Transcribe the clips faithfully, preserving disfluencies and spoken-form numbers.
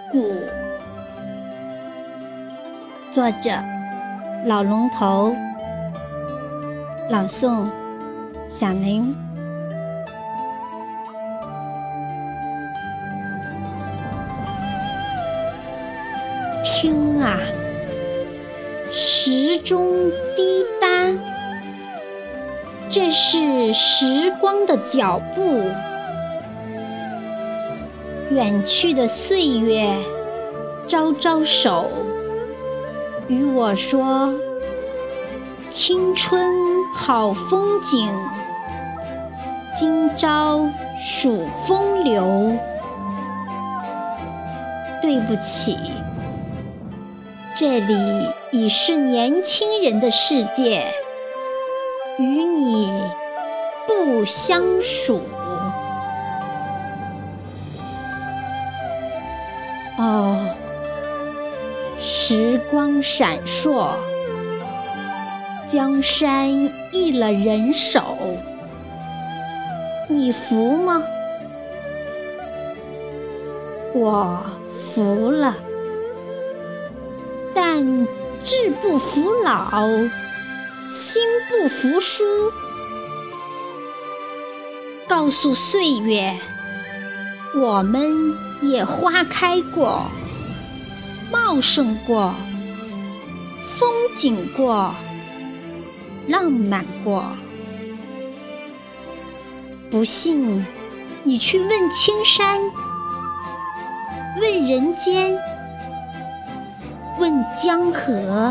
谷。作者老龙头，朗诵响铃。听啊，时钟滴答，这是时光的脚步。远去的岁月招招手，与我说青春好风景，今朝数风流。对不起，这里已是年轻人的世界，与你不相属。哦，时光闪烁，江山易了人手，你服吗？我服了，但志不服老，心不服输。告诉岁月，我们也花开过，茂盛过，风景过，浪漫过。不信，你去问青山，问人间，问江河。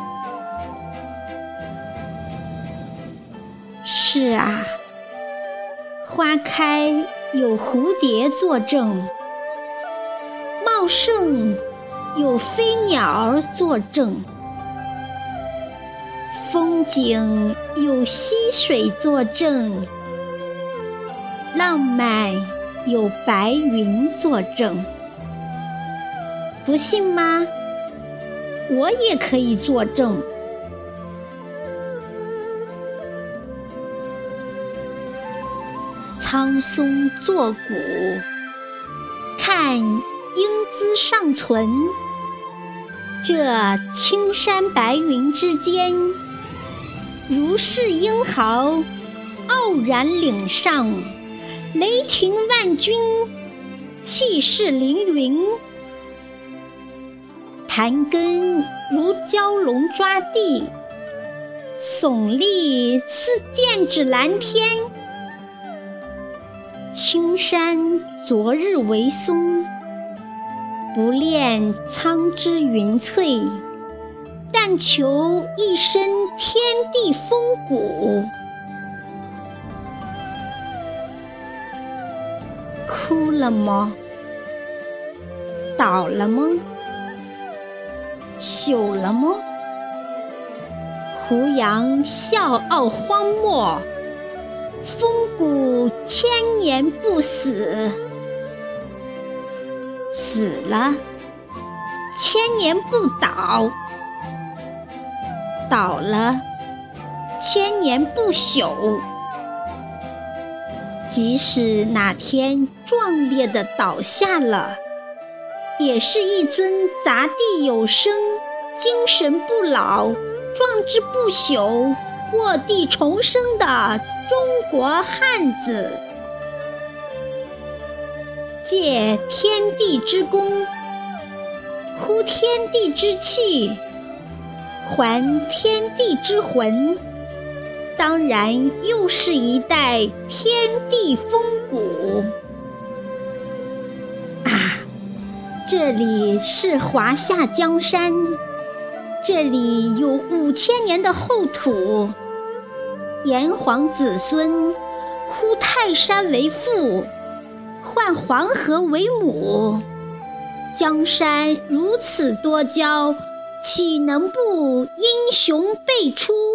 是啊，花开有蝴蝶作证，茂盛有飞鸟作证，风景有溪水作证，浪漫有白云作证。不信吗？我也可以作证。苍松作古，看英姿尚存。这青山白云之间，如是英豪，傲然岭上，雷霆万钧，气势凌云。盘根如蛟龙抓地，耸立似剑指蓝天。青山昨日为松，不恋苍枝云翠，但求一身天地风骨。哭了吗？倒了吗？朽了吗？胡杨笑傲荒漠，风骨千年不死。死了，千年不倒；倒了，千年不朽。即使哪天壮烈地倒下了，也是一尊砸地有声，精神不老，壮志不朽，过地重生的中国汉子。借天地之功，呼天地之气，还天地之魂，当然又是一代天地风骨。啊，这里是华夏江山，这里有五千年的厚土，炎黄子孙呼泰山为父，唤黄河为母。江山如此多娇，岂能不英雄辈出？